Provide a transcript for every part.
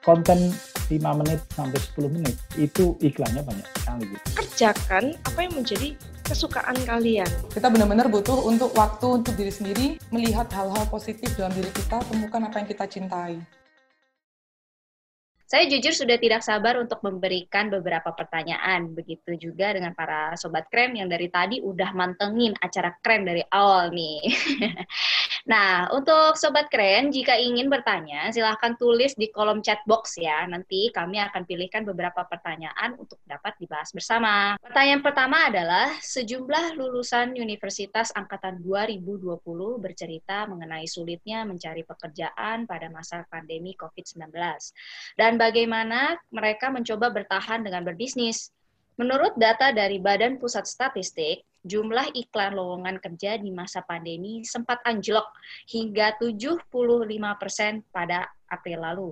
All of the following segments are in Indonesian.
konten 5 menit sampai 10 menit itu iklannya banyak sekali gitu. Kerjakan apa yang menjadi kesukaan kalian. Kita benar-benar butuh untuk waktu untuk diri sendiri, melihat hal-hal positif dalam diri kita, temukan apa yang kita cintai. Saya jujur sudah tidak sabar untuk memberikan beberapa pertanyaan. Begitu juga dengan para Sobat Keren yang dari tadi udah mantengin acara keren dari awal nih. Nah, untuk Sobat Keren, jika ingin bertanya, silahkan tulis di kolom chat box ya. Nanti kami akan pilihkan beberapa pertanyaan untuk dapat dibahas bersama. Pertanyaan pertama adalah, sejumlah lulusan Universitas Angkatan 2020 bercerita mengenai sulitnya mencari pekerjaan pada masa pandemi COVID-19. Dan bagaimana mereka mencoba bertahan dengan berbisnis. Menurut data dari Badan Pusat Statistik, jumlah iklan lowongan kerja di masa pandemi sempat anjlok hingga 75% pada April lalu.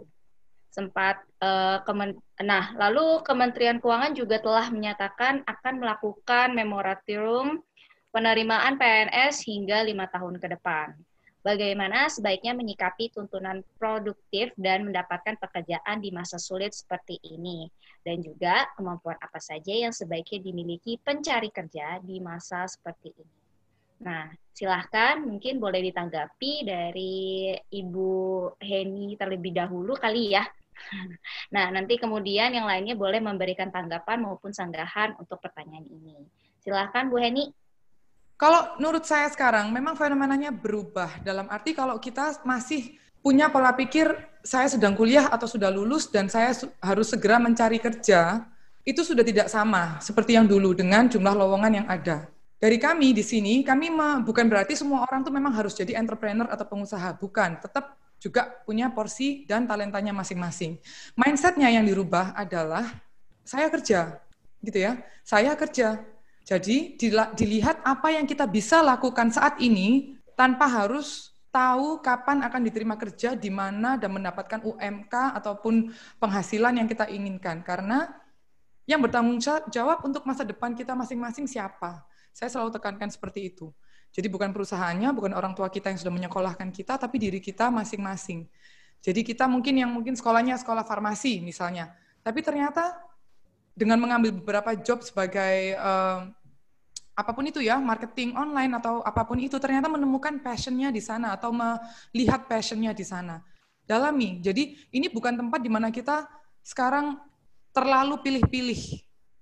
Lalu Kementerian Keuangan juga telah menyatakan akan melakukan moratorium penerimaan PNS hingga 5 tahun ke depan. Bagaimana sebaiknya menyikapi tuntunan produktif dan mendapatkan pekerjaan di masa sulit seperti ini. Dan juga kemampuan apa saja yang sebaiknya dimiliki pencari kerja di masa seperti ini. Nah, silahkan mungkin boleh ditanggapi dari Ibu Heni terlebih dahulu kali ya. Nah, nanti kemudian yang lainnya boleh memberikan tanggapan maupun sanggahan untuk pertanyaan ini. Silahkan Bu Heni. Kalau menurut saya sekarang, memang fenomenanya berubah. Dalam arti kalau kita masih punya pola pikir, saya sedang kuliah atau sudah lulus dan saya harus segera mencari kerja, itu sudah tidak sama seperti yang dulu dengan jumlah lowongan yang ada. Dari kami di sini, kami bukan berarti semua orang tuh memang harus jadi entrepreneur atau pengusaha. Bukan, tetap juga punya porsi dan talentanya masing-masing. Mindsetnya yang dirubah adalah, saya kerja, gitu ya. Saya kerja. Jadi dilihat apa yang kita bisa lakukan saat ini tanpa harus tahu kapan akan diterima kerja, di mana, dan mendapatkan UMK ataupun penghasilan yang kita inginkan. Karena yang bertanggung jawab untuk masa depan kita masing-masing siapa? Saya selalu tekankan seperti itu. Jadi bukan perusahaannya, bukan orang tua kita yang sudah menyekolahkan kita, tapi diri kita masing-masing. Jadi kita mungkin sekolahnya sekolah farmasi misalnya, tapi ternyata dengan mengambil beberapa job sebagai apapun itu ya, marketing online atau apapun itu, ternyata menemukan passion-nya di sana atau melihat passion-nya di sana. Dalami. Jadi ini bukan tempat di mana kita sekarang terlalu pilih-pilih.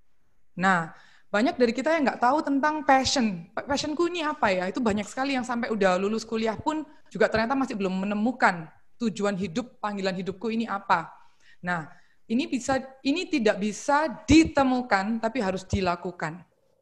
Nah, banyak dari kita yang nggak tahu tentang passion. Passionku ini apa ya? Itu banyak sekali yang sampai udah lulus kuliah pun juga ternyata masih belum menemukan tujuan hidup, panggilan hidupku ini apa. Nah, ini tidak bisa ditemukan, tapi harus dilakukan.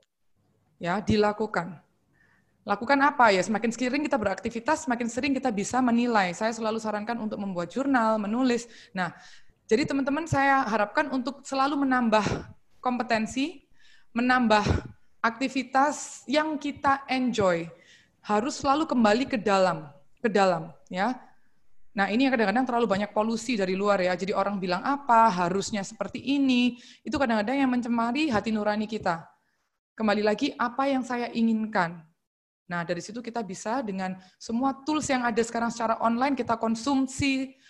Ya, dilakukan. Lakukan apa ya? Semakin sering kita beraktivitas, semakin sering kita bisa menilai. Saya selalu sarankan untuk membuat jurnal, menulis. Nah, jadi teman-teman saya harapkan untuk selalu menambah kompetensi, menambah aktivitas yang kita enjoy. Harus selalu kembali ke dalam, ya. Nah, ini yang kadang-kadang terlalu banyak polusi dari luar ya. Jadi orang bilang apa, harusnya seperti ini, itu kadang-kadang yang mencemari hati nurani kita. Kembali lagi, apa yang saya inginkan. Nah, dari situ kita bisa dengan semua tools yang ada sekarang secara online, kita konsumsi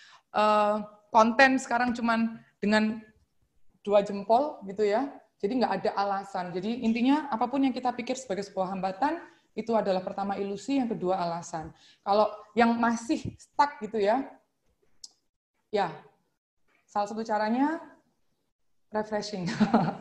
konten sekarang cuman dengan 2 jempol gitu ya. Jadi nggak ada alasan. Jadi intinya apapun yang kita pikir sebagai sebuah hambatan, itu adalah pertama ilusi, yang kedua alasan. Kalau yang masih stuck gitu ya salah satu caranya refreshing.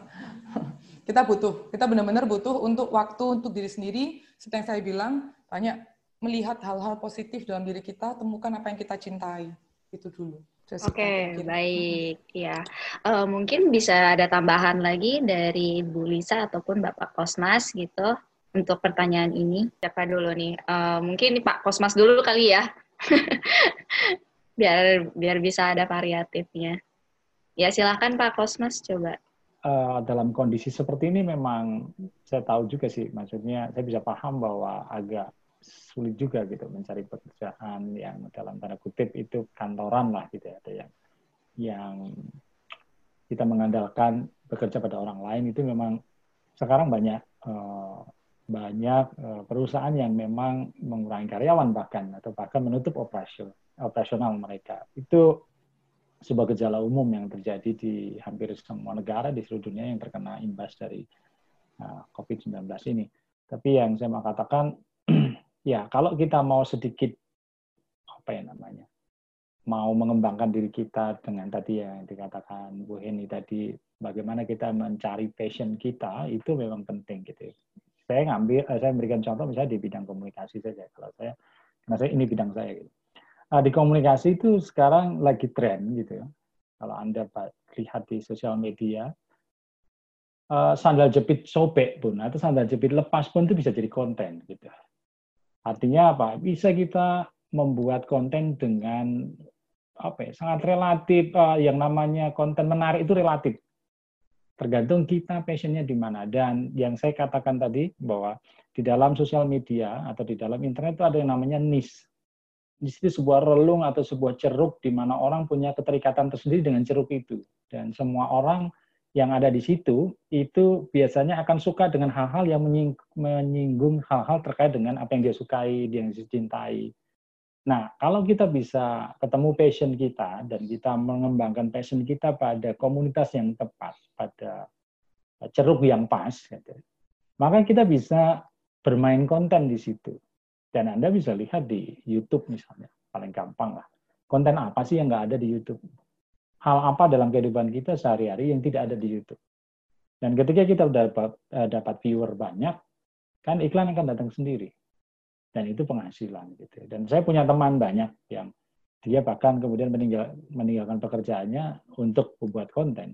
Kita benar-benar butuh untuk waktu untuk diri sendiri, seperti yang saya bilang, banyak melihat hal-hal positif dalam diri kita, temukan apa yang kita cintai. Itu dulu. Oke, baik. Ya, mungkin bisa ada tambahan lagi dari Bu Lisa ataupun Bapak Kosmas gitu untuk pertanyaan ini. Siapa dulu nih? Mungkin Pak Kosmas dulu kali ya, biar bisa ada variatifnya. Ya, silakan Pak Kosmas coba. Dalam kondisi seperti ini memang saya tahu juga sih, maksudnya saya bisa paham bahwa agak sulit juga gitu mencari pekerjaan yang dalam tanda kutip itu kantoran lah gitu ya, ada yang kita mengandalkan bekerja pada orang lain. Itu memang sekarang banyak perusahaan yang memang mengurangi karyawan bahkan atau bahkan menutup operasional mereka. Itu sebuah gejala umum yang terjadi di hampir semua negara di seluruh dunia yang terkena imbas dari COVID-19 ini. Tapi yang saya mau katakan, ya kalau kita mau sedikit mau mengembangkan diri kita dengan tadi yang dikatakan Bu Heni tadi, bagaimana kita mencari passion kita, itu memang penting gitu. Saya memberikan contoh misalnya di bidang komunikasi saja. Karena saya ini bidang saya gitu. Di komunikasi itu sekarang lagi tren gitu ya. Kalau Anda lihat di sosial media, sandal jepit sobek pun atau sandal jepit lepas pun itu bisa jadi konten gitu. Artinya apa? Bisa kita membuat konten dengan sangat relatif. Yang namanya konten menarik itu relatif. Tergantung kita passionnya di mana. Dan yang saya katakan tadi bahwa di dalam sosial media atau di dalam internet itu ada yang namanya niche. Niche itu sebuah relung atau sebuah ceruk di mana orang punya keterikatan tersendiri dengan ceruk itu. Dan semua orang yang ada di situ itu biasanya akan suka dengan hal-hal yang menyinggung hal-hal terkait dengan apa yang dia sukai, yang dia cintai. Nah, kalau kita bisa ketemu passion kita dan kita mengembangkan passion kita pada komunitas yang tepat, pada ceruk yang pas, gitu, maka kita bisa bermain konten di situ. Dan Anda bisa lihat di YouTube misalnya, paling gampang lah. Konten apa sih yang nggak ada di YouTube? Hal apa dalam kehidupan kita sehari-hari yang tidak ada di YouTube? Dan ketika kita dapat viewer banyak, kan iklan akan datang sendiri. Dan itu penghasilan gitu. Dan saya punya teman banyak yang dia bahkan kemudian meninggalkan pekerjaannya untuk membuat konten.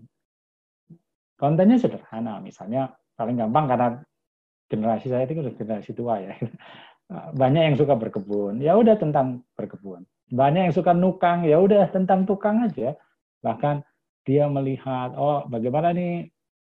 Kontennya sederhana, misalnya paling gampang karena generasi saya itu generasi tua ya. Banyak yang suka berkebun, ya udah tentang berkebun. Banyak yang suka nukang, ya udah tentang tukang aja. Bahkan dia melihat, oh bagaimana nih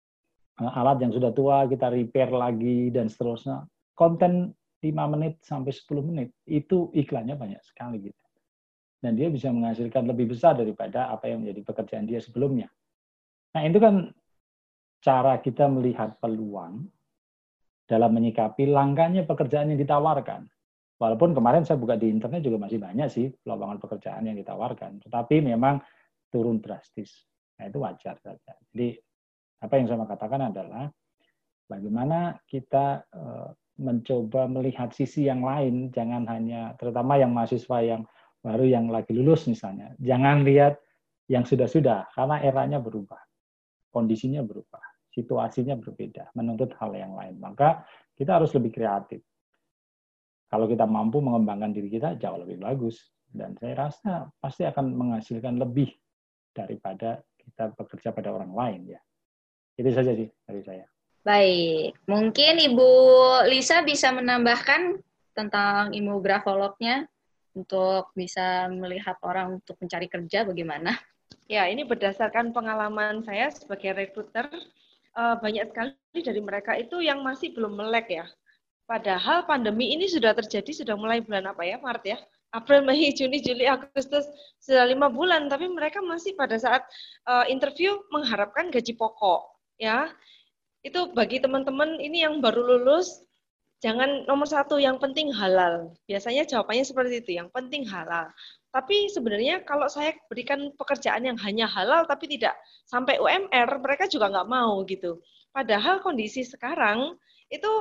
alat yang sudah tua kita repair lagi dan seterusnya. Konten 5 menit sampai 10 menit, itu iklannya banyak sekali gitu. Dan dia bisa menghasilkan lebih besar daripada apa yang menjadi pekerjaan dia sebelumnya. Nah itu kan cara kita melihat peluang dalam menyikapi langkahnya pekerjaan yang ditawarkan. Walaupun kemarin saya buka di internet juga masih banyak sih lowongan pekerjaan yang ditawarkan. Tetapi memang turun drastis. Nah itu wajar saja. Jadi apa yang saya mau katakan adalah bagaimana kita mencoba melihat sisi yang lain, jangan hanya, terutama yang mahasiswa yang baru yang lagi lulus misalnya, jangan lihat yang sudah-sudah, karena eranya berubah, kondisinya berubah, situasinya berbeda, menuntut hal yang lain. Maka kita harus lebih kreatif. Kalau kita mampu mengembangkan diri kita, jauh lebih bagus. Dan saya rasa pasti akan menghasilkan lebih daripada kita bekerja pada orang lain. Ya. Itu saja sih dari saya. Baik, mungkin Ibu Lisa bisa menambahkan tentang imugrafolognya untuk bisa melihat orang untuk mencari kerja bagaimana? Ya, ini berdasarkan pengalaman saya sebagai rekruter, banyak sekali dari mereka itu yang masih belum melek ya. Padahal pandemi ini sudah terjadi, sudah mulai bulan apa ya, Maret ya? April, Mei, Juni, Juli, Agustus, sudah 5 bulan, tapi mereka masih pada saat interview mengharapkan gaji pokok. Ya, itu bagi teman-teman ini yang baru lulus, jangan nomor 1, yang penting halal. Biasanya jawabannya seperti itu, yang penting halal. Tapi sebenarnya kalau saya berikan pekerjaan yang hanya halal tapi tidak sampai UMR, mereka juga nggak mau gitu. Padahal kondisi sekarang itu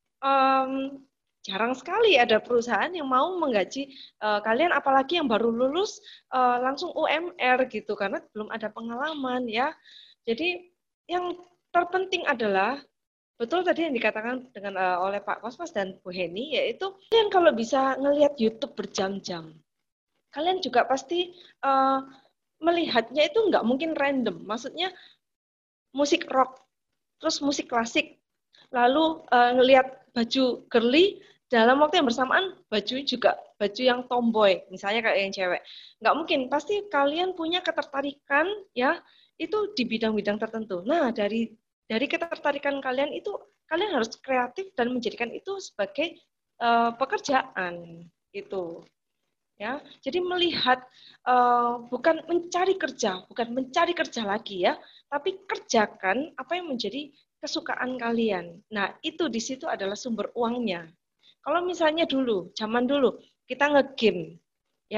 jarang sekali ada perusahaan yang mau menggaji kalian, apalagi yang baru lulus langsung UMR gitu, karena belum ada pengalaman ya. Jadi yang terpenting adalah betul tadi yang dikatakan oleh Pak Kosmas dan Bu Heni, yaitu kalian kalau bisa ngelihat YouTube berjam-jam, kalian juga pasti melihatnya itu nggak mungkin random. Maksudnya musik rock, terus musik klasik, lalu ngelihat baju girly, dalam waktu yang bersamaan baju juga baju yang tomboy, misalnya kayak yang cewek. Nggak mungkin, pasti kalian punya ketertarikan ya itu di bidang-bidang tertentu. Nah, dari ketertarikan kalian itu, kalian harus kreatif dan menjadikan itu sebagai pekerjaan gitu. Ya, jadi melihat bukan mencari kerja lagi ya, tapi kerjakan apa yang menjadi kesukaan kalian. Nah, itu di situ adalah sumber uangnya. Kalau misalnya zaman dulu kita nge-game, ya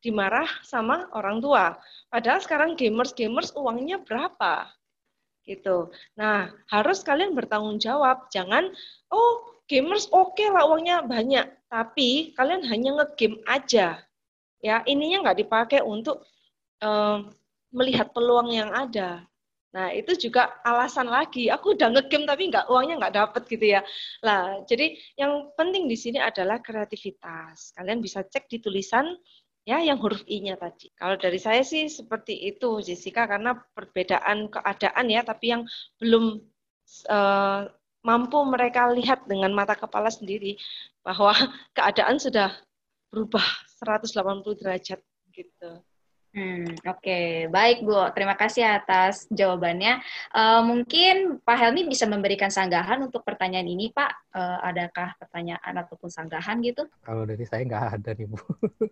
dimarah sama orang tua. Padahal sekarang gamers uangnya berapa? Gitu. Nah, harus kalian bertanggung jawab. Jangan, oh gamers oke lah uangnya banyak, tapi kalian hanya nge-game aja. Ya, ininya nggak dipakai untuk melihat peluang yang ada. Nah, itu juga alasan lagi. Aku udah nge-game tapi uangnya nggak dapet gitu ya. Lah, jadi yang penting di sini adalah kreativitas. Kalian bisa cek di tulisan ya yang huruf I-nya tadi. Kalau dari saya sih seperti itu, Jessica, karena perbedaan keadaan ya, tapi yang belum mampu mereka lihat dengan mata kepala sendiri bahwa keadaan sudah berubah 180 derajat gitu. Oke. Baik Bu, terima kasih atas jawabannya. Mungkin Pak Helmi bisa memberikan sanggahan untuk pertanyaan ini, Pak. Adakah pertanyaan ataupun sanggahan gitu? Kalau dari saya nggak ada nih Bu.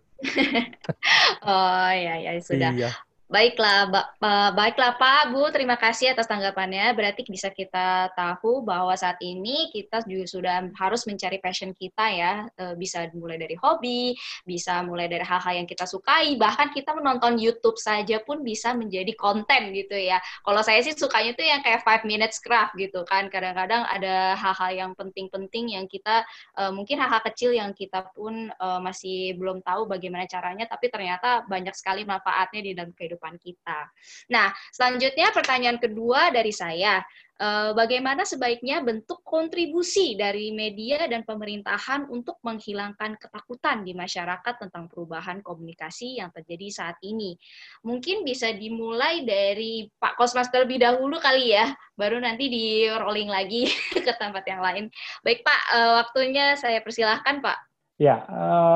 Oh ya sudah. Iya. Baiklah, baiklah Pak, Bu, terima kasih atas tanggapannya. Berarti bisa kita tahu bahwa saat ini kita juga sudah harus mencari passion kita ya. Bisa mulai dari hobi, bisa mulai dari hal-hal yang kita sukai, bahkan kita menonton YouTube saja pun bisa menjadi konten gitu ya. Kalau saya sih sukanya tuh yang kayak 5 minutes craft gitu kan. Kadang-kadang ada hal-hal yang penting-penting yang kita, mungkin hal-hal kecil yang kita pun masih belum tahu bagaimana caranya, tapi ternyata banyak sekali manfaatnya di dalam kehidupan kita. Nah, selanjutnya pertanyaan kedua dari saya, bagaimana sebaiknya bentuk kontribusi dari media dan pemerintahan untuk menghilangkan ketakutan di masyarakat tentang perubahan komunikasi yang terjadi saat ini? Mungkin bisa dimulai dari Pak Kosmas terlebih dahulu kali ya, baru nanti di rolling lagi ke tempat yang lain. Baik Pak, waktunya saya persilahkan Pak. Ya,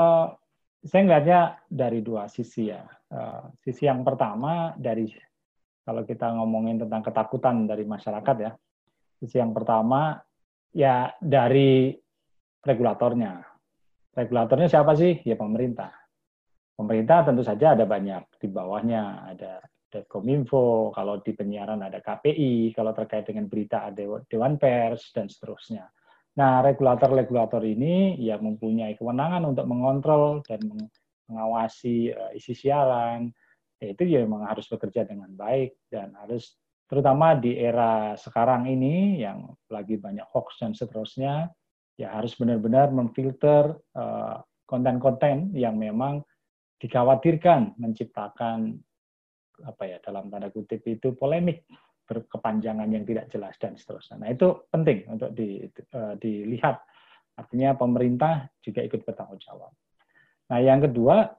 saya melihatnya dari dua sisi ya. Sisi yang pertama dari kalau kita ngomongin tentang ketakutan dari masyarakat ya. Sisi yang pertama ya dari regulatornya. Regulatornya siapa sih? Ya pemerintah. Pemerintah tentu saja ada banyak di bawahnya, ada Kominfo, kalau di penyiaran ada KPI, kalau terkait dengan berita ada Dewan Pers dan seterusnya. Nah, regulator-regulator ini ya mempunyai kewenangan untuk mengontrol dan mengawasi isi siaran. Itu ya memang harus bekerja dengan baik dan harus terutama di era sekarang ini yang lagi banyak hoax dan seterusnya, ya harus benar-benar memfilter konten-konten yang memang dikhawatirkan menciptakan apa ya dalam tanda kutip itu polemik berkepanjangan yang tidak jelas dan seterusnya. Nah itu penting untuk dilihat. Artinya pemerintah juga ikut bertanggung jawab. Nah yang kedua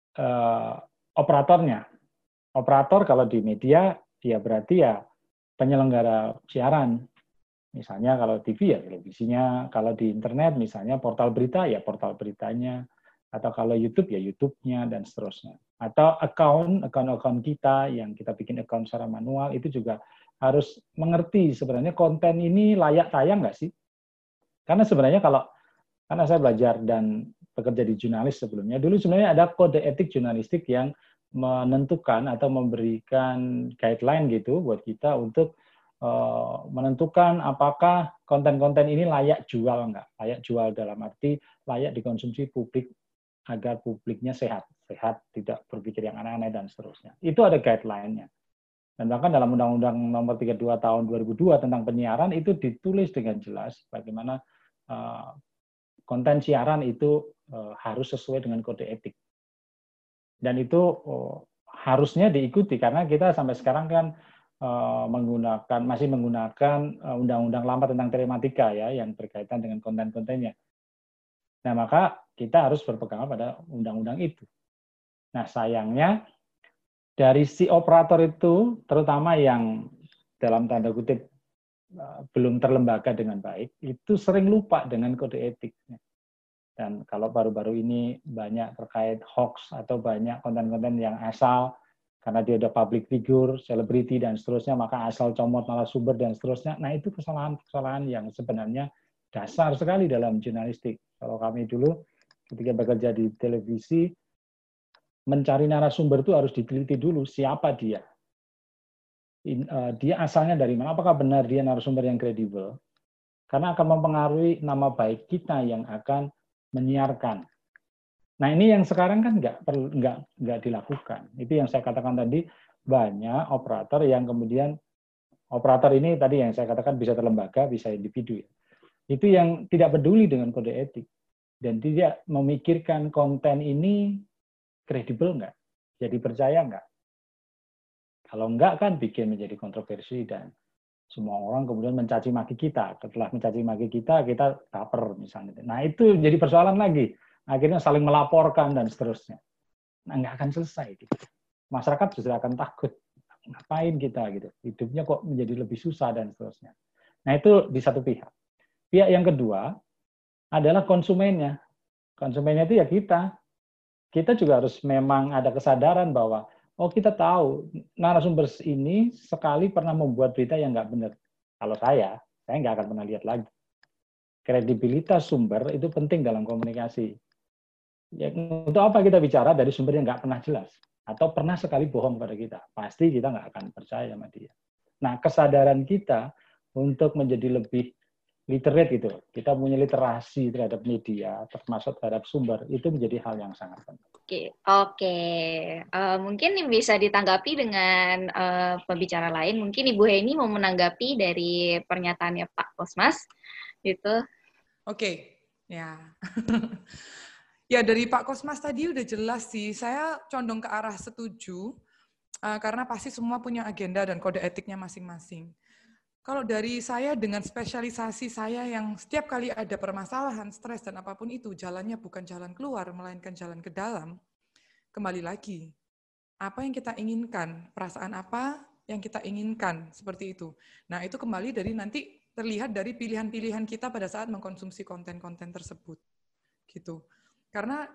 operatornya. Operator kalau di media ya berarti ya penyelenggara siaran. Misalnya kalau TV ya televisinya, kalau di internet misalnya portal berita ya portal beritanya, atau kalau YouTube ya YouTube-nya dan seterusnya. Atau account kita yang kita bikin account secara manual itu juga harus mengerti sebenarnya konten ini layak tayang nggak sih? Karena sebenarnya karena saya belajar dan bekerja di jurnalis sebelumnya, dulu sebenarnya ada kode etik jurnalistik yang menentukan atau memberikan guideline gitu buat kita untuk menentukan apakah konten-konten ini layak jual nggak? Layak jual dalam arti layak dikonsumsi publik agar publiknya sehat, tidak berpikir yang aneh-aneh dan seterusnya. Itu ada guideline-nya. Dan bahkan dalam Undang-Undang Nomor 32 Tahun 2002 tentang penyiaran itu ditulis dengan jelas bagaimana konten siaran itu harus sesuai dengan kode etik. Dan itu harusnya diikuti karena kita sampai sekarang kan masih menggunakan undang-undang lama tentang telematika ya yang berkaitan dengan konten-kontennya. Nah, maka kita harus berpegang pada undang-undang itu. Nah, sayangnya dari si operator itu, terutama yang dalam tanda kutip belum terlembaga dengan baik, itu sering lupa dengan kode etiknya. Dan kalau baru-baru ini banyak terkait hoax atau banyak konten-konten yang asal, karena dia ada public figure, selebriti, dan seterusnya, maka asal comot narasumber dan seterusnya. Nah, itu kesalahan-kesalahan yang sebenarnya dasar sekali dalam jurnalistik. Kalau kami dulu ketika bekerja di televisi, mencari narasumber itu harus diteliti dulu siapa dia. Dia asalnya dari mana, apakah benar dia narasumber yang kredibel. Karena akan mempengaruhi nama baik kita yang akan menyiarkan. Nah ini yang sekarang kan nggak dilakukan. Itu yang saya katakan tadi, banyak operator yang kemudian, operator ini tadi yang saya katakan bisa terlembaga, bisa individu ya. Itu yang tidak peduli dengan kode etik dan tidak memikirkan konten ini kredibel nggak, jadi percaya nggak. Kalau nggak kan bikin menjadi kontroversi dan semua orang kemudian mencaci maki kita. Setelah mencaci maki kita baper misalnya. Nah itu jadi persoalan lagi. Akhirnya saling melaporkan dan seterusnya. Nah nggak akan selesai. Gitu. Masyarakat justru akan takut. Ngapain kita gitu? Hidupnya kok menjadi lebih susah dan seterusnya. Nah itu di satu pihak. Pihak yang kedua adalah konsumennya. Konsumennya itu ya kita. Kita juga harus memang ada kesadaran bahwa oh kita tahu narasumber ini sekali pernah membuat berita yang nggak benar. Kalau saya nggak akan pernah lihat lagi. Kredibilitas sumber itu penting dalam komunikasi. Ya, untuk apa kita bicara dari sumber yang nggak pernah jelas? Atau pernah sekali bohong pada kita? Pasti kita nggak akan percaya sama dia. Nah, kesadaran kita untuk menjadi lebih literate itu, kita punya literasi terhadap media, termasuk terhadap sumber, itu menjadi hal yang sangat penting. Oke. Mungkin bisa ditanggapi dengan pembicara lain. Mungkin Ibu Heni mau menanggapi dari pernyataannya Pak Kosmas, gitu. Oke, ya. Ya dari Pak Kosmas tadi udah jelas sih. Saya condong ke arah setuju karena pasti semua punya agenda dan kode etiknya masing-masing. Kalau dari saya dengan spesialisasi saya yang setiap kali ada permasalahan, stres, dan apapun itu, jalannya bukan jalan keluar, melainkan jalan ke dalam, kembali lagi. Apa yang kita inginkan, perasaan apa yang kita inginkan, seperti itu. Nah, itu kembali dari nanti terlihat dari pilihan-pilihan kita pada saat mengkonsumsi konten-konten tersebut. Gitu. Karena,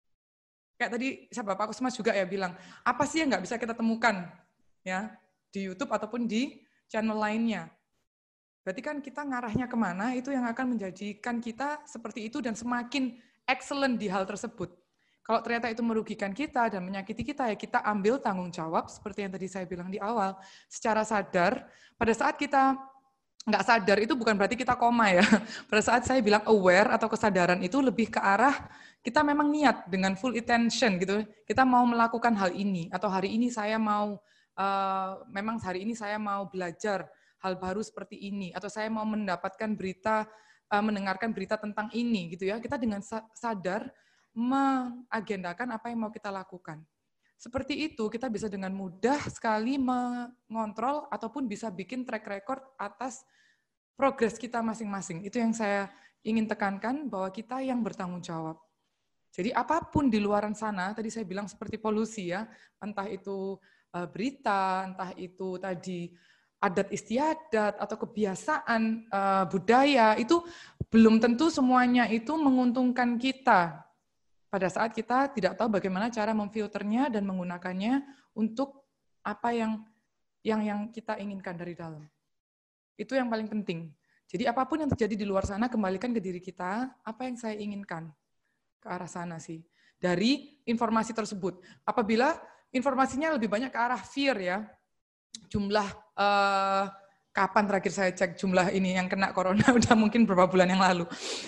kayak tadi, Bapak Kusmas juga ya bilang, apa sih yang nggak bisa kita temukan ya di YouTube ataupun di channel lainnya. Berarti kan kita ngarahnya kemana, itu yang akan menjadikan kita seperti itu dan semakin excellent di hal tersebut. Kalau ternyata itu merugikan kita dan menyakiti kita, ya kita ambil tanggung jawab, seperti yang tadi saya bilang di awal, secara sadar. Pada saat kita nggak sadar, itu bukan berarti kita koma ya. Pada saat saya bilang aware atau kesadaran itu lebih ke arah, kita memang niat dengan full attention gitu. Kita mau melakukan hal ini, atau hari ini saya mau, memang hari ini saya mau belajar hal baru seperti ini, atau saya mau mendapatkan berita, mendengarkan berita tentang ini, gitu ya. Kita dengan sadar mengagendakan apa yang mau kita lakukan. Seperti itu, kita bisa dengan mudah sekali mengontrol ataupun bisa bikin track record atas progres kita masing-masing. Itu yang saya ingin tekankan, bahwa kita yang bertanggung jawab. Jadi apapun di luaran sana, tadi saya bilang seperti polusi ya, entah itu berita, entah itu tadi adat istiadat atau kebiasaan budaya, itu belum tentu semuanya itu menguntungkan kita pada saat kita tidak tahu bagaimana cara memfilternya dan menggunakannya untuk apa yang kita inginkan dari dalam. Itu yang paling penting. Jadi apapun yang terjadi di luar sana, kembalikan ke diri kita, apa yang saya inginkan, ke arah sana sih. Dari informasi tersebut. Apabila informasinya lebih banyak ke arah fear ya, jumlah kapan terakhir saya cek jumlah ini yang kena corona, udah mungkin beberapa bulan yang lalu.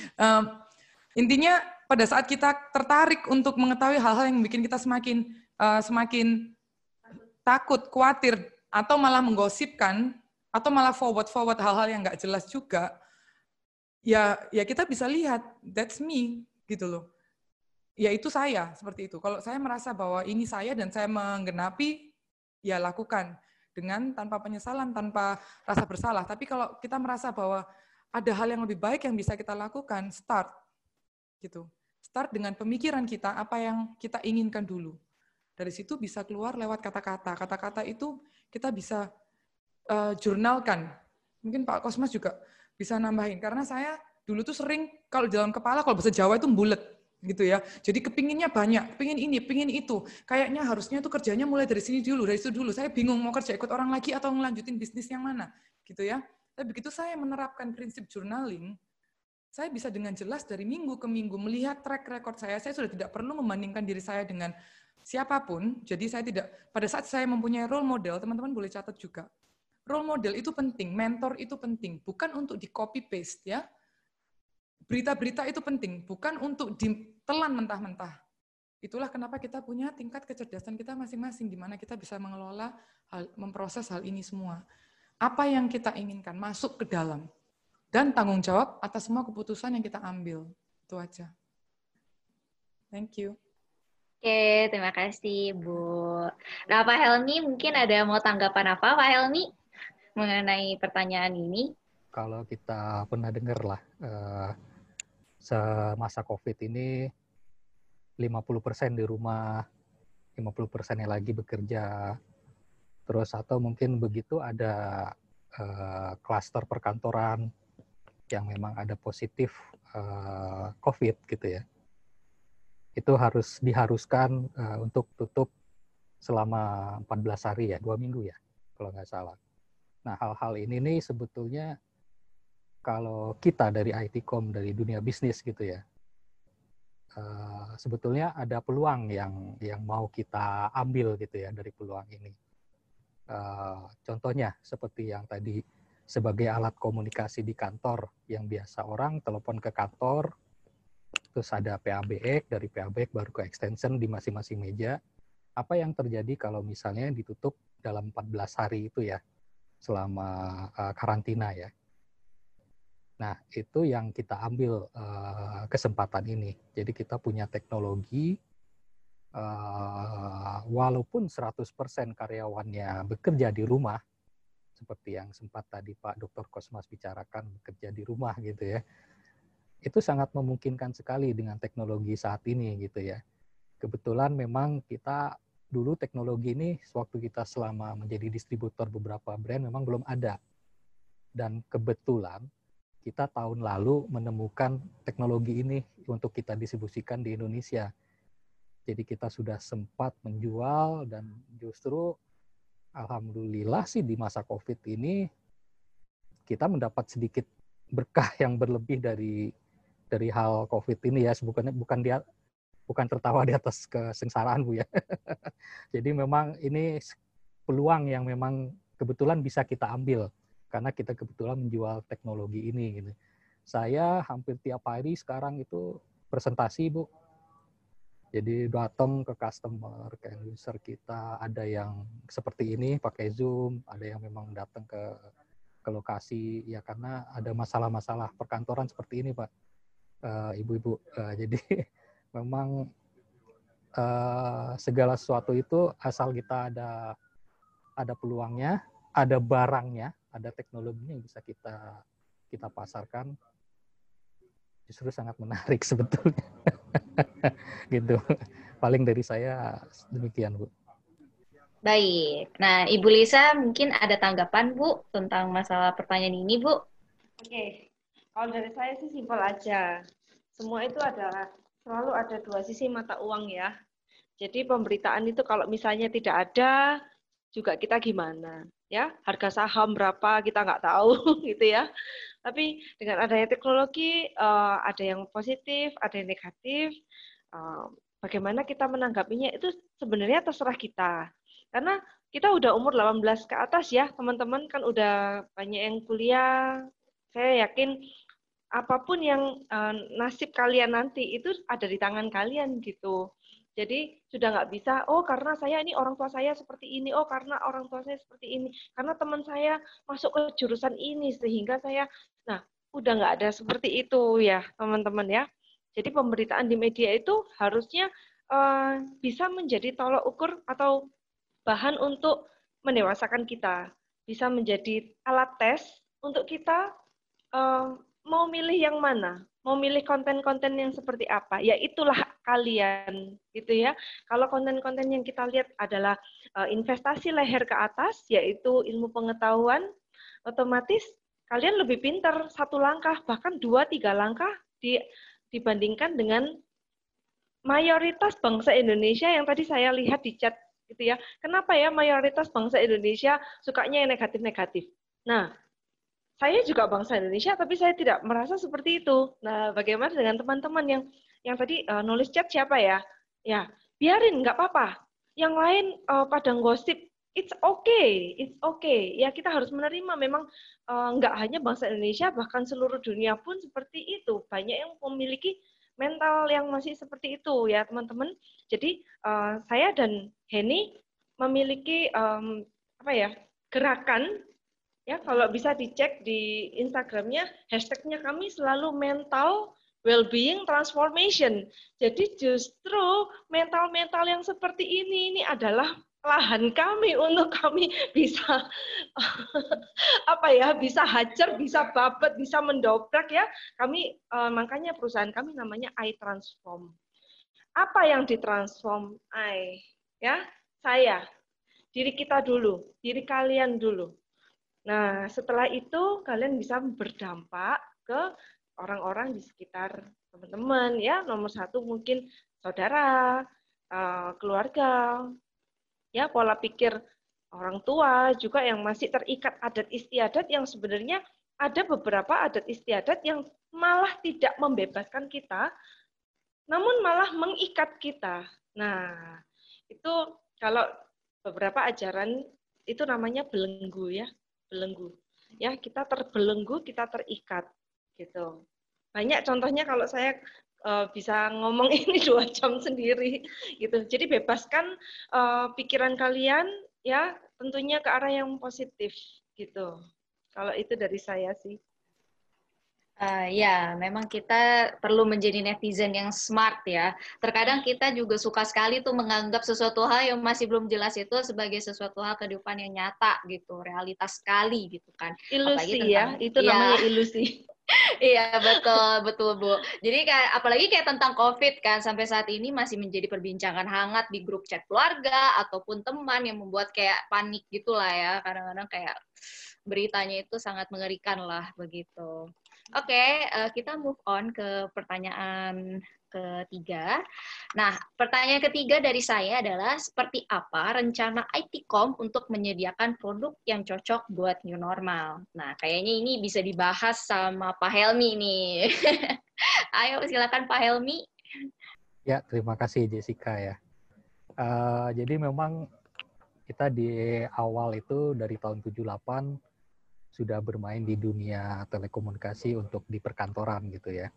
Intinya pada saat kita tertarik untuk mengetahui hal-hal yang bikin kita semakin takut, khawatir, atau malah menggosipkan, atau malah forward hal-hal yang nggak jelas juga, ya kita bisa lihat, that's me, gitu loh. Ya itu saya, seperti itu. Kalau saya merasa bahwa ini saya dan saya menggenapi, ya lakukan. Dengan tanpa penyesalan, tanpa rasa bersalah. Tapi kalau kita merasa bahwa ada hal yang lebih baik yang bisa kita lakukan, start. Gitu. Start dengan pemikiran kita, apa yang kita inginkan dulu. Dari situ bisa keluar lewat kata-kata. Kata-kata itu kita bisa jurnalkan. Mungkin Pak Kosmas juga bisa nambahin. Karena saya dulu tuh sering, kalau dalam kepala, kalau bahasa Jawa itu bulet. Gitu ya. Jadi kepinginnya banyak, pingin ini, pingin itu. Kayaknya harusnya tuh kerjanya mulai dari sini dulu, dari situ dulu. Saya bingung mau kerja ikut orang lagi atau ngelanjutin bisnis yang mana. Gitu ya. Tapi begitu saya menerapkan prinsip journaling, saya bisa dengan jelas dari minggu ke minggu melihat track record saya sudah tidak perlu membandingkan diri saya dengan siapapun. Jadi saya tidak, pada saat saya mempunyai role model, teman-teman boleh catat juga. Role model itu penting, mentor itu penting, bukan untuk di copy paste ya. Berita-berita itu penting, bukan untuk ditelan mentah-mentah. Itulah kenapa kita punya tingkat kecerdasan kita masing-masing, di mana kita bisa mengelola, memproses hal ini semua. Apa yang kita inginkan masuk ke dalam, dan tanggung jawab atas semua keputusan yang kita ambil. Itu aja. Thank you. Oke, terima kasih Bu. Nah, Pak Helmi mungkin ada mau tanggapan apa Pak Helmi mengenai pertanyaan ini? Kalau kita pernah dengar lah, semasa COVID ini 50% di rumah, 50%-nya lagi bekerja. Terus atau mungkin begitu ada klaster perkantoran yang memang ada positif COVID gitu ya. Itu harus diharuskan untuk tutup selama 14 hari ya, 2 minggu ya, kalau nggak salah. Nah, hal-hal ini nih sebetulnya kalau kita dari ITcom, dari dunia bisnis gitu ya, sebetulnya ada peluang yang mau kita ambil gitu ya dari peluang ini. Contohnya seperti yang tadi, sebagai alat komunikasi di kantor yang biasa orang telepon ke kantor, terus ada PABX, dari PABX baru ke extension di masing-masing meja. Apa yang terjadi kalau misalnya ditutup dalam 14 hari itu ya, selama karantina ya. Nah, itu yang kita ambil kesempatan ini. Jadi kita punya teknologi, walaupun 100% karyawannya bekerja di rumah, seperti yang sempat tadi Pak Dr. Kosmas bicarakan, bekerja di rumah gitu ya, itu sangat memungkinkan sekali dengan teknologi saat ini gitu ya. Kebetulan memang kita dulu teknologi ini sewaktu kita selama menjadi distributor beberapa brand memang belum ada. Dan kebetulan kita tahun lalu menemukan teknologi ini untuk kita distribusikan di Indonesia. Jadi kita sudah sempat menjual dan justru alhamdulillah sih di masa COVID ini kita mendapat sedikit berkah yang berlebih dari hal COVID ini ya. Bukan tertawa di atas kesengsaraan Bu ya. Jadi memang ini peluang yang memang kebetulan bisa kita ambil karena kita kebetulan menjual teknologi ini gitu. Saya hampir tiap hari sekarang itu presentasi Bu. Jadi datang ke customer, ke user kita, ada yang seperti ini pakai Zoom, ada yang memang datang ke lokasi ya karena ada masalah-masalah perkantoran seperti ini Pak, Ibu-ibu. Jadi memang segala sesuatu itu asal kita ada peluangnya, ada barangnya, ada teknologinya yang bisa kita pasarkan, justru sangat menarik sebetulnya. Gitu. Paling dari saya demikian, Bu. Baik. Nah, Ibu Lisa mungkin ada tanggapan, Bu, tentang masalah pertanyaan ini, Bu? Oke. Kalau dari saya sih simpel aja. Semua itu adalah selalu ada dua sisi mata uang ya. Jadi pemberitaan itu kalau misalnya tidak ada, juga kita gimana? Ya, harga saham berapa kita nggak tahu gitu ya. Tapi dengan adanya teknologi, ada yang positif, ada yang negatif. Bagaimana kita menanggapinya itu sebenarnya terserah kita. Karena kita udah umur 18 ke atas ya, teman-teman kan udah banyak yang kuliah. Saya yakin apapun yang nasib kalian nanti itu ada di tangan kalian gitu. Jadi sudah nggak bisa, oh karena saya ini orang tua saya seperti ini, oh karena orang tua saya seperti ini, karena teman saya masuk ke jurusan ini sehingga saya, nah udah nggak ada seperti itu ya teman-teman ya. Jadi pemberitaan di media itu harusnya bisa menjadi tolok ukur atau bahan untuk mendewasakan kita, bisa menjadi alat tes untuk kita mau milih yang mana, mau milih konten-konten yang seperti apa, ya itulah kalian, gitu ya. Kalau konten-konten yang kita lihat adalah investasi leher ke atas, yaitu ilmu pengetahuan, otomatis kalian lebih pintar 1 langkah, bahkan 2-3 langkah dibandingkan dengan mayoritas bangsa Indonesia yang tadi saya lihat di chat, gitu ya. Kenapa ya mayoritas bangsa Indonesia sukanya yang negatif-negatif? Nah, saya juga bangsa Indonesia, tapi saya tidak merasa seperti itu. Nah, bagaimana dengan teman-teman yang tadi nulis chat siapa ya? Ya, biarin, nggak apa-apa. Yang lain pada gosip, it's okay. Ya, kita harus menerima. Memang nggak hanya bangsa Indonesia, bahkan seluruh dunia pun seperti itu. Banyak yang memiliki mental yang masih seperti itu ya teman-teman. Jadi saya dan Henny memiliki gerakan ya, kalau bisa dicek di Instagramnya, hashtagnya kami selalu mental well-being transformation. Jadi justru mental-mental yang seperti ini adalah lahan kami untuk kami bisa bisa hajar, bisa babet, bisa mendobrak ya. Kami makanya perusahaan kami namanya iTransform. Apa yang ditransform ya? Saya, diri kita dulu, diri kalian dulu. Nah, setelah itu kalian bisa berdampak ke orang-orang di sekitar teman-teman ya. Nomor satu mungkin saudara, keluarga, ya pola pikir orang tua juga yang masih terikat adat istiadat, yang sebenarnya ada beberapa adat istiadat yang malah tidak membebaskan kita, namun malah mengikat kita. Nah, itu kalau beberapa ajaran itu namanya belenggu ya, belenggu. Ya, kita terbelenggu, kita terikat gitu. Banyak contohnya kalau saya bisa ngomong ini 2 jam sendiri gitu. Jadi bebaskan pikiran kalian ya, tentunya ke arah yang positif gitu. Kalau itu dari saya sih. Ya, memang kita perlu menjadi netizen yang smart ya. Terkadang kita juga suka sekali tuh menganggap sesuatu hal yang masih belum jelas itu sebagai sesuatu hal kehidupan yang nyata gitu, realitas sekali gitu kan. Ilusi ya, itu namanya ilusi. Iya, betul Bu. Jadi apalagi kayak tentang COVID kan, sampai saat ini masih menjadi perbincangan hangat di grup chat keluarga ataupun teman, yang membuat kayak panik gitulah ya. Kadang-kadang kayak beritanya itu sangat mengerikan lah begitu. Oke, kita move on ke pertanyaan ketiga. Nah, pertanyaan ketiga dari saya adalah, seperti apa rencana ITCOM untuk menyediakan produk yang cocok buat new normal? Nah, kayaknya ini bisa dibahas sama Pak Helmi nih. Ayo, silakan Pak Helmi. Ya, terima kasih Jessica ya. Jadi memang kita di awal itu dari tahun 78 sudah bermain di dunia telekomunikasi untuk di perkantoran gitu ya.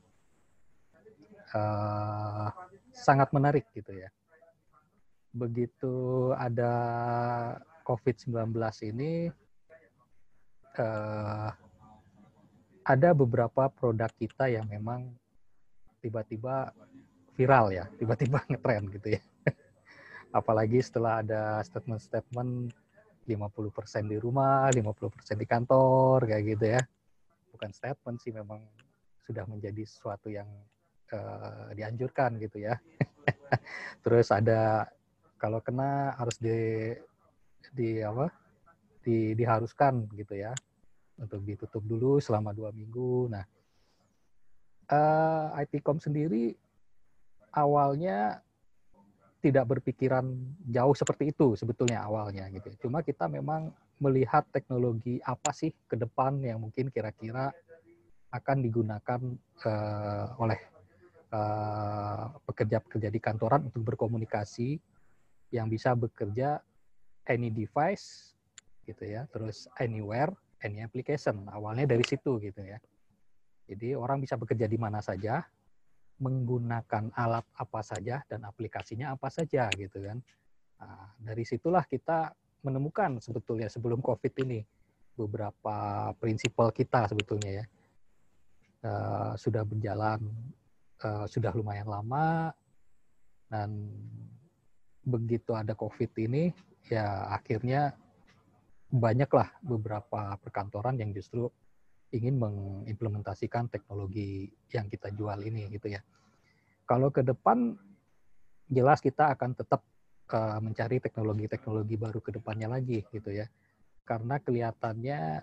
Sangat menarik gitu ya. Begitu ada COVID-19 ini, ada beberapa produk kita yang memang tiba-tiba viral ya, tiba-tiba ngetren gitu ya. Apalagi setelah ada statement-statement 50% di rumah, 50% di kantor, kayak gitu ya. Bukan statement sih, memang sudah menjadi sesuatu yang dianjurkan gitu ya. Terus ada kalau kena harus diharuskan gitu ya untuk ditutup dulu selama 2 minggu. Nah, ITCOM sendiri awalnya tidak berpikiran jauh seperti itu sebetulnya awalnya gitu. Cuma kita memang melihat teknologi apa sih ke depan yang mungkin kira-kira akan digunakan oleh pekerja-pekerja di kantoran untuk berkomunikasi, yang bisa bekerja any device gitu ya, terus anywhere, any application. Awalnya dari situ gitu ya. Jadi orang bisa bekerja di mana saja, menggunakan alat apa saja dan aplikasinya apa saja gitu kan. Nah, dari situlah kita menemukan sebetulnya sebelum COVID ini beberapa prinsipal kita sebetulnya ya. Sudah berjalan sudah lumayan lama, dan begitu ada COVID ini ya akhirnya banyaklah beberapa perkantoran yang justru ingin mengimplementasikan teknologi yang kita jual ini gitu ya. Kalau ke depan jelas kita akan tetap mencari teknologi-teknologi baru ke depannya lagi gitu ya. Karena kelihatannya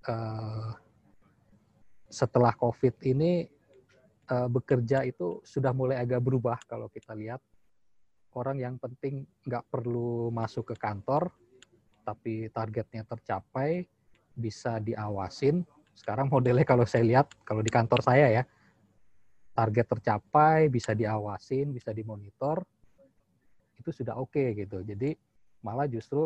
setelah COVID ini bekerja itu sudah mulai agak berubah. Kalau kita lihat orang yang penting nggak perlu masuk ke kantor, tapi targetnya tercapai, bisa diawasin. Sekarang modelnya kalau saya lihat, kalau di kantor saya ya, target tercapai, bisa diawasin, bisa dimonitor, itu sudah oke gitu. Jadi malah justru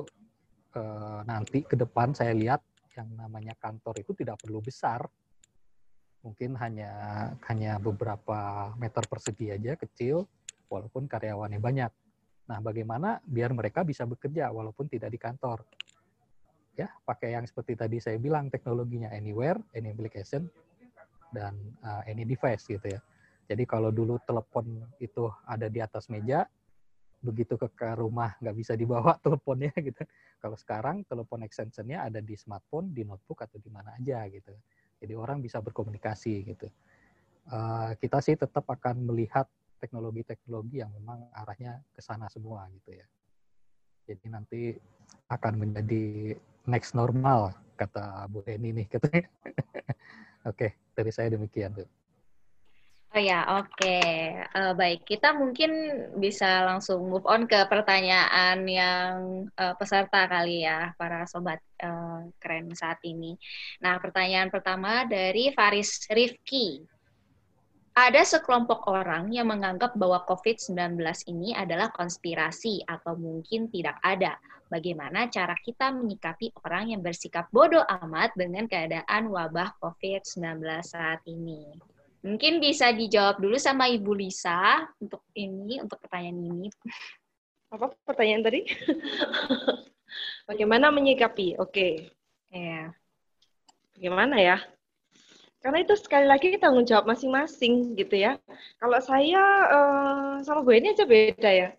nanti ke depan saya lihat yang namanya kantor itu tidak perlu besar. Mungkin hanya beberapa meter persegi aja, kecil, walaupun karyawannya banyak. Nah, bagaimana biar mereka bisa bekerja walaupun tidak di kantor? Ya, pakai yang seperti tadi saya bilang, teknologinya anywhere, any application, dan any device gitu ya. Jadi kalau dulu telepon itu ada di atas meja, begitu ke rumah nggak bisa dibawa teleponnya gitu. Kalau sekarang telepon extension-nya ada di smartphone, di notebook, atau di mana aja gitu. Jadi orang bisa berkomunikasi gitu. Kita sih tetap akan melihat teknologi-teknologi yang memang arahnya ke sana semua gitu ya. Jadi nanti akan menjadi next normal, kata Bu Eni nih katanya. Oke, dari saya demikian tuh. Oh ya, oke. Baik, kita mungkin bisa langsung move on ke pertanyaan yang peserta kali ya, para sobat keren saat ini. Nah, pertanyaan pertama dari Faris Rifki. Ada sekelompok orang yang menganggap bahwa COVID-19 ini adalah konspirasi atau mungkin tidak ada. Bagaimana cara kita menyikapi orang yang bersikap bodoh amat dengan keadaan wabah COVID-19 saat ini? Mungkin bisa dijawab dulu sama Ibu Lisa untuk pertanyaan ini. Apa pertanyaan tadi? Bagaimana menyikapi? Oke. Ya. Bagaimana ya? Karena itu sekali lagi tanggung jawab masing-masing gitu ya. Kalau saya sama Bu Eni aja beda ya.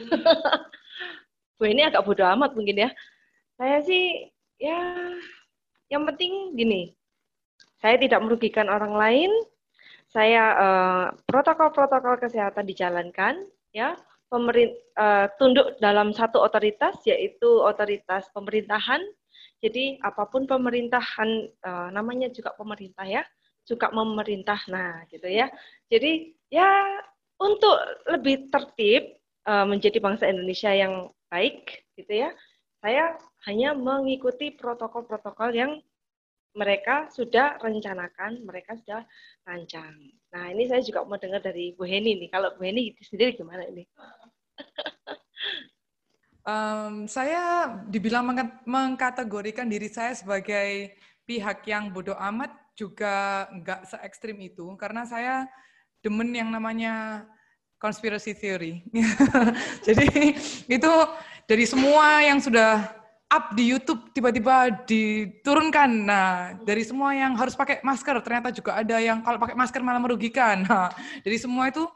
Bu Eni agak bodoh amat mungkin ya. Saya sih ya yang penting gini. Saya tidak merugikan orang lain. Saya protokol-protokol kesehatan dijalankan ya. Tunduk dalam satu otoritas, yaitu otoritas pemerintahan. Jadi apapun pemerintahan, namanya juga pemerintah ya, juga memerintah, nah gitu ya. Jadi ya untuk lebih tertib menjadi bangsa Indonesia yang baik gitu ya, saya hanya mengikuti protokol-protokol yang mereka sudah rencanakan, mereka sudah rancang. Nah ini saya juga mau dengar dari Bu Heni nih, kalau Bu Heni sendiri gimana ini? Saya dibilang mengkategorikan diri saya sebagai pihak yang bodoh amat juga nggak se-ekstrim itu, karena saya demen yang namanya conspiracy theory. Jadi itu dari semua yang sudah up di YouTube tiba-tiba diturunkan. Nah, dari semua yang harus pakai masker ternyata juga ada yang kalau pakai masker malah merugikan. Nah, dari semua itu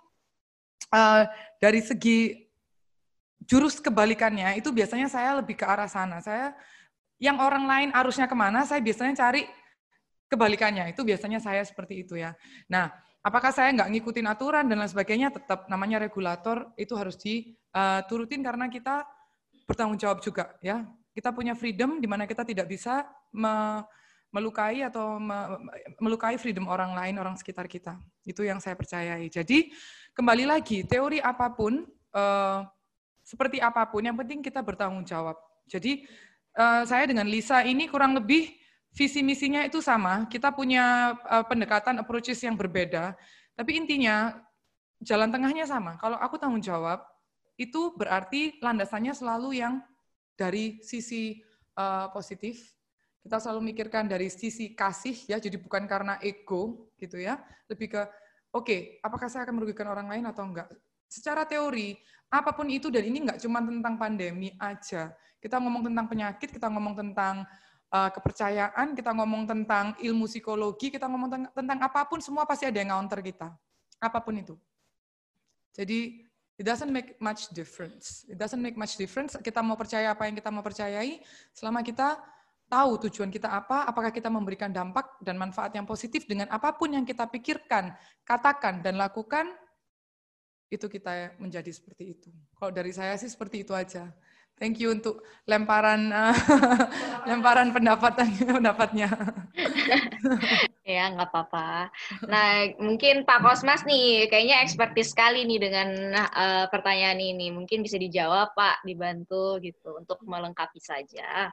dari segi jurus kebalikannya itu biasanya saya lebih ke arah sana. Saya yang orang lain arusnya kemana, saya biasanya cari kebalikannya. Itu biasanya saya seperti itu ya. Nah, apakah saya nggak ngikutin aturan dan lain sebagainya, tetap namanya regulator itu harus diturutin karena kita bertanggung jawab juga ya. Kita punya freedom di mana kita tidak bisa melukai atau melukai freedom orang lain, orang sekitar kita. Itu yang saya percayai. Jadi kembali lagi, teori apapun, seperti apapun, yang penting kita bertanggung jawab. Jadi saya dengan Lisa ini kurang lebih visi misinya itu sama. Kita punya pendekatan approaches yang berbeda, tapi intinya jalan tengahnya sama. Kalau aku tanggung jawab, itu berarti landasannya selalu yang dari sisi positif. Kita selalu mikirkan dari sisi kasih ya, jadi bukan karena ego gitu ya. Lebih ke oke, apakah saya akan merugikan orang lain atau enggak? Secara teori, apapun itu, dan ini nggak cuma tentang pandemi aja. Kita ngomong tentang penyakit, kita ngomong tentang kepercayaan, kita ngomong tentang ilmu psikologi, kita ngomong tentang apapun, semua pasti ada yang counter kita. Apapun itu. Jadi, it doesn't make much difference. It doesn't make much difference. Kita mau percaya apa yang kita mau percayai, selama kita tahu tujuan kita apa, apakah kita memberikan dampak dan manfaat yang positif dengan apapun yang kita pikirkan, katakan, dan lakukan, itu kita menjadi seperti itu. Kalau dari saya sih seperti itu aja. Thank you untuk lemparan lemparan pendapatnya. Ya, nggak apa-apa. Nah, mungkin Pak Kosmas nih, kayaknya ekspertis sekali nih dengan pertanyaan ini. Mungkin bisa dijawab, Pak, dibantu gitu, untuk melengkapi saja.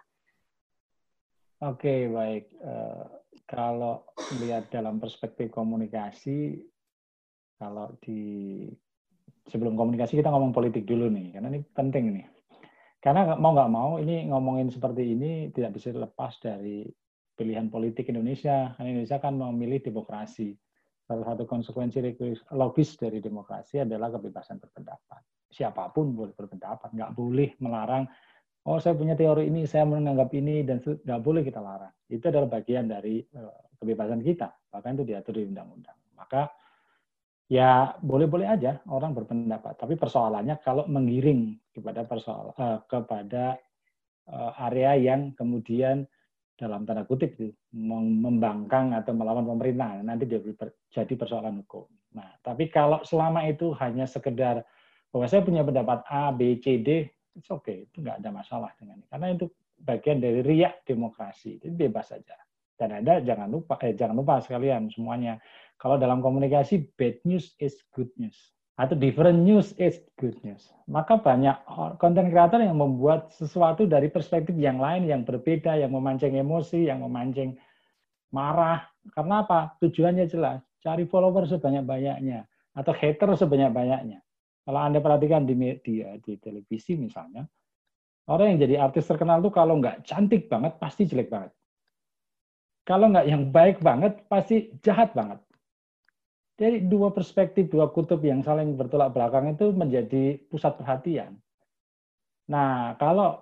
Oke, baik. Kalau melihat dalam perspektif komunikasi, kalau sebelum komunikasi kita ngomong politik dulu nih, karena ini penting nih. Karena mau nggak mau, ini ngomongin seperti ini tidak bisa lepas dari pilihan politik Indonesia. Karena Indonesia kan memilih demokrasi. Salah satu konsekuensi logis dari demokrasi adalah kebebasan berpendapat. Siapapun boleh berpendapat, nggak boleh melarang, oh saya punya teori ini, saya menganggap ini, dan nggak boleh kita larang. Itu adalah bagian dari kebebasan kita, bahkan itu diatur di undang-undang. Maka ya boleh-boleh aja orang berpendapat, tapi persoalannya kalau menggiring kepada area yang kemudian dalam tanda kutip membangkang atau melawan pemerintah, nanti jadi persoalan hukum. Nah, tapi kalau selama itu hanya sekedar bahwa saya punya pendapat A, B, C, D, it's okay, itu nggak ada masalah dengan itu. Karena itu bagian dari riak demokrasi, itu bebas saja. Dan Anda jangan lupa sekalian semuanya, kalau dalam komunikasi bad news is good news, atau different news is good news. Maka banyak konten kreator yang membuat sesuatu dari perspektif yang lain, yang berbeda, yang memancing emosi, yang memancing marah. Karena apa? Tujuannya jelas, cari follower sebanyak-banyaknya, atau hater sebanyak-banyaknya. Kalau Anda perhatikan di media, di televisi misalnya, orang yang jadi artis terkenal tuh kalau nggak cantik banget, pasti jelek banget. Kalau nggak yang baik banget, pasti jahat banget. Jadi dua perspektif, dua kutub yang saling bertolak belakang itu menjadi pusat perhatian. Nah,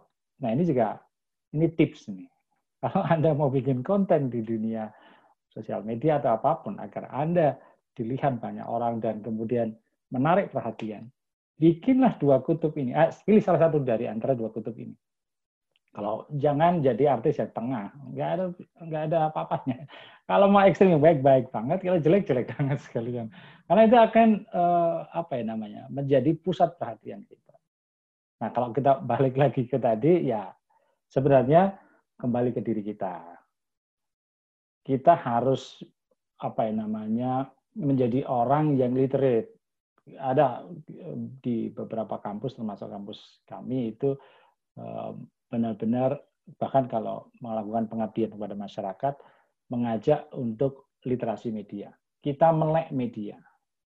ini tips nih. Kalau Anda mau bikin konten di dunia sosial media atau apapun, agar Anda dilihat banyak orang dan kemudian menarik perhatian, bikinlah dua kutub ini. Pilih salah satu dari antara dua kutub ini. Kalau jangan jadi artis yang tengah, nggak ada apa-apanya. Kalau mau ekstrim yang baik-baik banget, kalau jelek-jelek banget sekalian. Karena itu akan menjadi pusat perhatian kita. Nah, kalau kita balik lagi ke tadi, ya sebenarnya kembali ke diri kita. Kita harus menjadi orang yang literate. Ada di beberapa kampus, termasuk kampus kami itu benar-benar, bahkan kalau melakukan pengabdian kepada masyarakat, mengajak untuk literasi media. Kita melek media.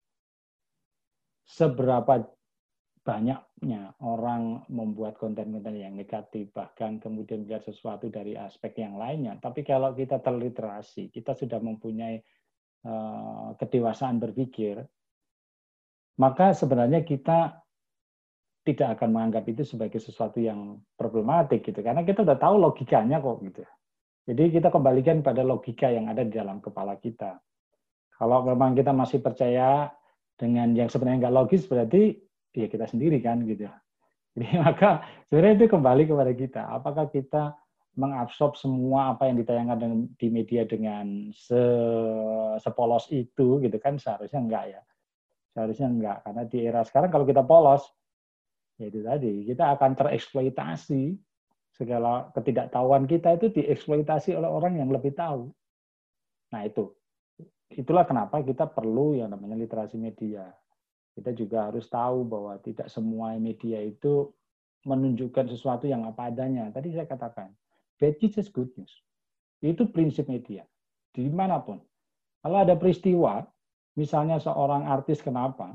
Seberapa banyaknya orang membuat konten-konten yang negatif, bahkan kemudian melihat sesuatu dari aspek yang lainnya. Tapi kalau kita terliterasi, kita sudah mempunyai kedewasaan berpikir, maka sebenarnya kita tidak akan menganggap itu sebagai sesuatu yang problematik gitu, karena kita udah tahu logikanya kok gitu. Jadi kita kembalikan pada logika yang ada di dalam kepala kita. Kalau memang kita masih percaya dengan yang sebenarnya nggak logis, berarti ya kita sendiri kan gitu. Jadi maka sebenarnya itu kembali kepada kita. Apakah kita mengabsorb semua apa yang ditayangkan di media dengan sepolos itu gitu kan? Seharusnya enggak ya. Seharusnya enggak, karena di era sekarang kalau kita polos, ya itu tadi, kita akan tereksploitasi. Segala ketidaktahuan kita itu dieksploitasi oleh orang yang lebih tahu. Nah itulah kenapa kita perlu yang namanya literasi media. Kita juga harus tahu bahwa tidak semua media itu menunjukkan sesuatu yang apa adanya. Tadi saya katakan, bad news is good news. Itu prinsip media. Dimanapun. Kalau ada peristiwa, misalnya seorang artis kenapa,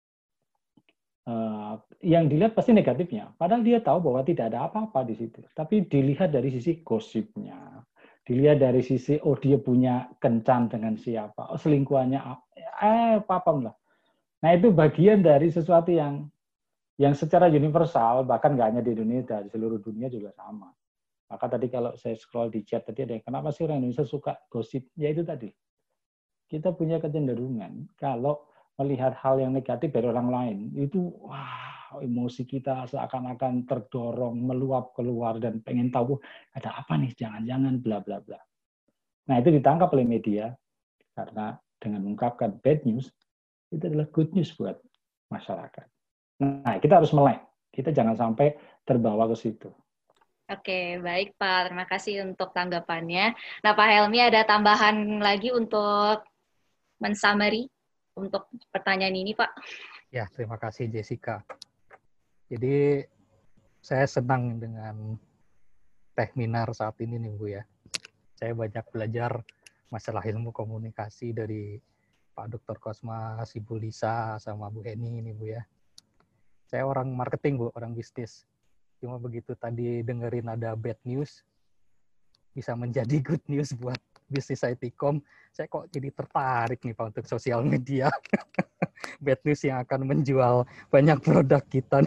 yang dilihat pasti negatifnya. Padahal dia tahu bahwa tidak ada apa-apa di situ. Tapi dilihat dari sisi gosipnya. Dilihat dari sisi, oh dia punya kencan dengan siapa. Oh selingkuhannya, apa-apa lah. Nah itu bagian dari sesuatu yang secara universal, bahkan nggak hanya di Indonesia, di seluruh dunia juga sama. Maka tadi kalau saya scroll di chat tadi ada, kenapa sih orang Indonesia suka gosip? Ya itu tadi. Kita punya kecenderungan kalau melihat hal yang negatif dari orang lain, itu wah, emosi kita seakan-akan terdorong, meluap keluar, dan pengen tahu, ada apa nih, jangan-jangan, bla bla bla. Nah, itu ditangkap oleh media, karena dengan mengungkapkan bad news, itu adalah good news buat masyarakat. Nah, kita harus melek. Kita jangan sampai terbawa ke situ. Oke, baik Pak. Terima kasih untuk tanggapannya. Nah, Pak Helmi ada tambahan lagi untuk men-summary untuk pertanyaan ini, Pak? Ya, terima kasih Jessica. Jadi saya senang dengan Techminar saat ini nih Bu ya. Saya banyak belajar masalah ilmu komunikasi dari Pak Dr. Kosmas, Ibu Lisa, sama Bu Heni ini Bu ya. Saya orang marketing Bu, orang bisnis. Cuma begitu tadi dengerin ada bad news, bisa menjadi good news buat bisnis ITcom, saya kok jadi tertarik nih Pak untuk sosial media. Bad news yang akan menjual banyak produk kita.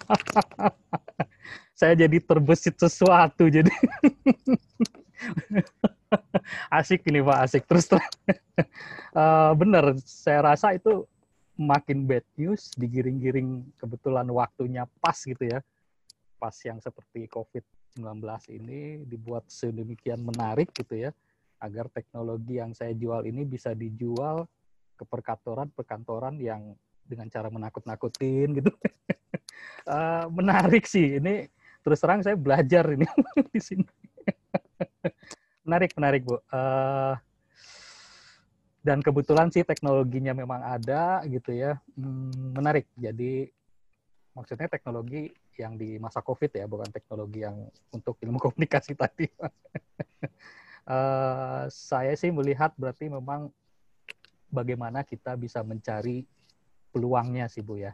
Saya jadi terbesit sesuatu, jadi asik ini Pak, asik terus. Benar, saya rasa itu makin bad news, digiring-giring kebetulan waktunya pas gitu ya. Pas yang seperti COVID-19 ini dibuat sedemikian menarik gitu ya, agar teknologi yang saya jual ini bisa dijual ke perkantoran yang dengan cara menakut-nakutin gitu. Menarik sih, ini terus terang saya belajar ini di sini. Menarik Bu. Dan kebetulan sih teknologinya memang ada gitu ya, menarik. Jadi maksudnya teknologi yang di masa COVID ya, bukan teknologi yang untuk ilmu komunikasi tadi. Saya sih melihat berarti memang bagaimana kita bisa mencari peluangnya sih Bu ya.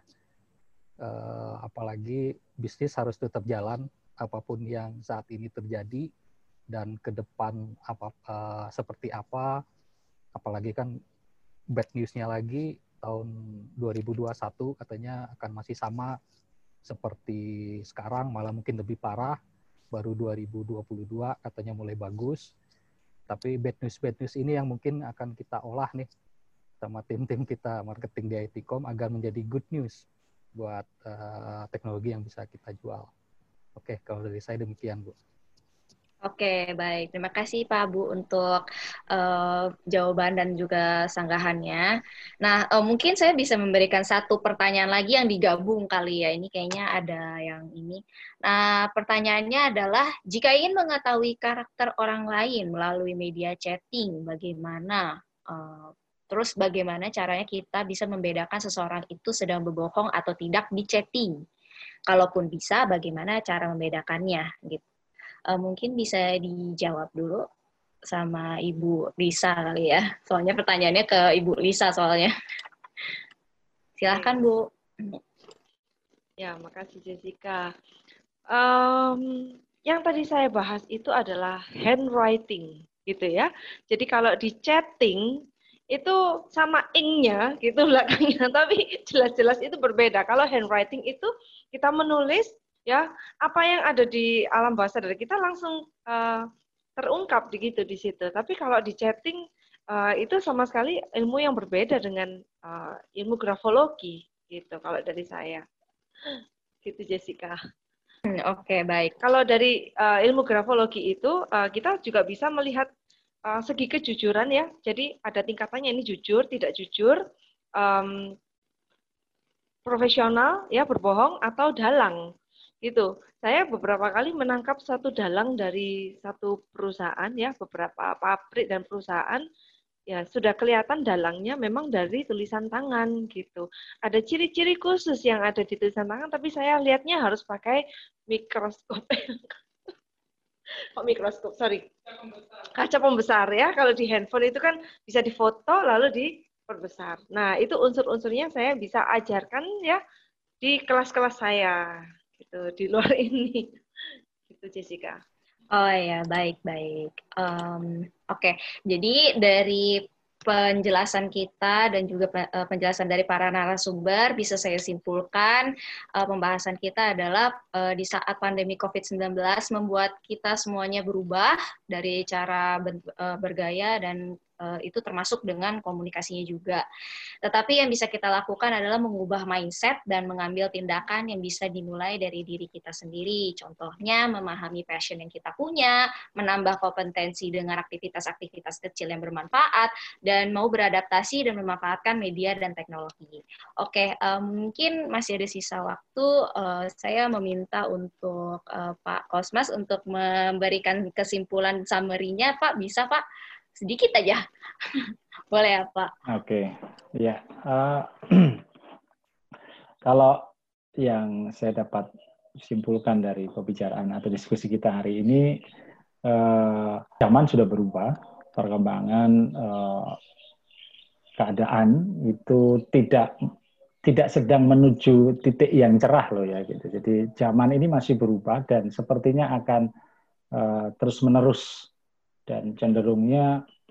Apalagi bisnis harus tetap jalan apapun yang saat ini terjadi, dan ke depan seperti apa. Apalagi kan bad news-nya lagi tahun 2021 katanya akan masih sama seperti sekarang, malah mungkin lebih parah. Baru 2022 katanya mulai bagus. Tapi bad news ini yang mungkin akan kita olah nih sama tim-tim kita marketing di ITcom agar menjadi good news buat teknologi yang bisa kita jual. Oke, kalau dari saya demikian Bu. Oke, baik. Terima kasih Pak Bu untuk jawaban dan juga sanggahannya. Nah, mungkin saya bisa memberikan satu pertanyaan lagi yang digabung kali ya. Ini kayaknya ada yang ini. Nah, pertanyaannya adalah, jika ingin mengetahui karakter orang lain melalui media chatting, bagaimana? Terus bagaimana caranya kita bisa membedakan seseorang itu sedang berbohong atau tidak di chatting? Kalaupun bisa, bagaimana cara membedakannya? Gitu. Mungkin bisa dijawab dulu sama Ibu Lisa kali ya. Soalnya pertanyaannya ke Ibu Lisa soalnya. Silahkan Bu. Ya, makasih Jessica. Yang tadi saya bahas itu adalah handwriting, gitu ya. Jadi kalau di chatting itu sama ink-nya gitu belakangnya, tapi jelas-jelas itu berbeda. Kalau handwriting itu kita menulis ya apa yang ada di alam bahasa dari kita langsung terungkap gitu di situ. Tapi kalau di chatting itu sama sekali ilmu yang berbeda dengan ilmu grafologi gitu kalau dari saya. Gitu Jessica. Oke, baik. Kalau dari ilmu grafologi itu kita juga bisa melihat segi kejujuran ya. Jadi ada tingkatannya, ini jujur, tidak jujur, profesional ya, berbohong atau dalang. Gitu. Saya beberapa kali menangkap satu dalang dari satu perusahaan ya, beberapa pabrik dan perusahaan ya sudah kelihatan dalangnya memang dari tulisan tangan gitu. Ada ciri-ciri khusus yang ada di tulisan tangan, tapi saya lihatnya harus pakai mikroskop. Mikroskop, sorry. Kaca pembesar ya. Kalau di handphone itu kan bisa difoto lalu diperbesar. Nah, itu unsur-unsurnya saya bisa ajarkan ya di kelas-kelas saya. Gitu, di luar ini. Gitu Jessica. Oh ya, baik-baik. Oke, jadi dari penjelasan kita dan juga penjelasan dari para narasumber, bisa saya simpulkan pembahasan kita adalah di saat pandemi COVID-19 membuat kita semuanya berubah dari cara bergaya, dan itu termasuk dengan komunikasinya juga. Tetapi yang bisa kita lakukan adalah mengubah mindset dan mengambil tindakan yang bisa dimulai dari diri kita sendiri. Contohnya memahami passion yang kita punya, menambah kompetensi dengan aktivitas-aktivitas kecil yang bermanfaat, dan mau beradaptasi dan memanfaatkan media dan teknologi. Oke, mungkin masih ada sisa waktu. Saya meminta untuk Pak Kosmas untuk memberikan kesimpulan summary-nya. Pak, bisa Pak? Sedikit aja. Boleh ya, Pak? Oke, ya. Kalau yang saya dapat simpulkan dari pembicaraan atau diskusi kita hari ini, zaman sudah berubah, perkembangan keadaan itu tidak sedang menuju titik yang cerah loh ya gitu. Jadi zaman ini masih berubah dan sepertinya akan terus-menerus, dan cenderungnya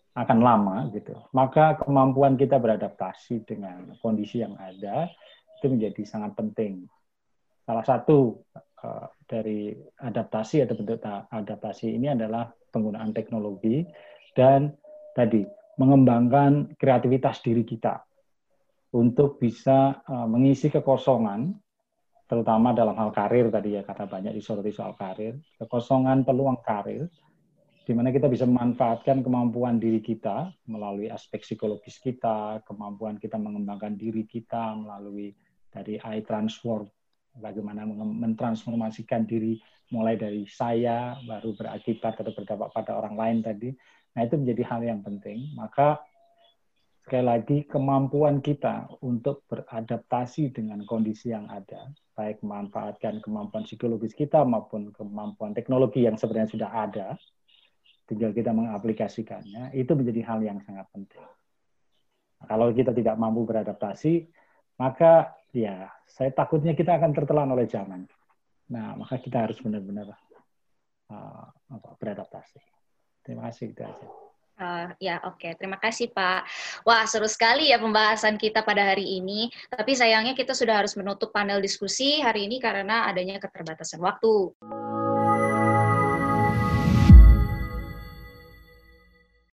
akan lama gitu. Maka kemampuan kita beradaptasi dengan kondisi yang ada itu menjadi sangat penting. Salah satu dari adaptasi atau bentuk adaptasi ini adalah penggunaan teknologi dan tadi mengembangkan kreativitas diri kita untuk bisa mengisi kekosongan, terutama dalam hal karir tadi ya, karena banyak disoroti soal karir, kekosongan peluang karir, di mana kita bisa memanfaatkan kemampuan diri kita melalui aspek psikologis kita, kemampuan kita mengembangkan diri kita melalui dari I transform, bagaimana mentransformasikan diri mulai dari saya, baru berakibat atau berdampak pada orang lain tadi. Nah, itu menjadi hal yang penting. Maka, sekali lagi, kemampuan kita untuk beradaptasi dengan kondisi yang ada, baik memanfaatkan kemampuan psikologis kita maupun kemampuan teknologi yang sebenarnya sudah ada, tinggal kita mengaplikasikannya, itu menjadi hal yang sangat penting. Nah, kalau kita tidak mampu beradaptasi, maka ya saya takutnya kita akan tertelan oleh zaman. Nah, maka kita harus benar-benar beradaptasi. Terima kasih, itu aja. Ya, oke. Terima kasih, Pak. Wah, seru sekali ya pembahasan kita pada hari ini. Tapi sayangnya kita sudah harus menutup panel diskusi hari ini karena adanya keterbatasan waktu.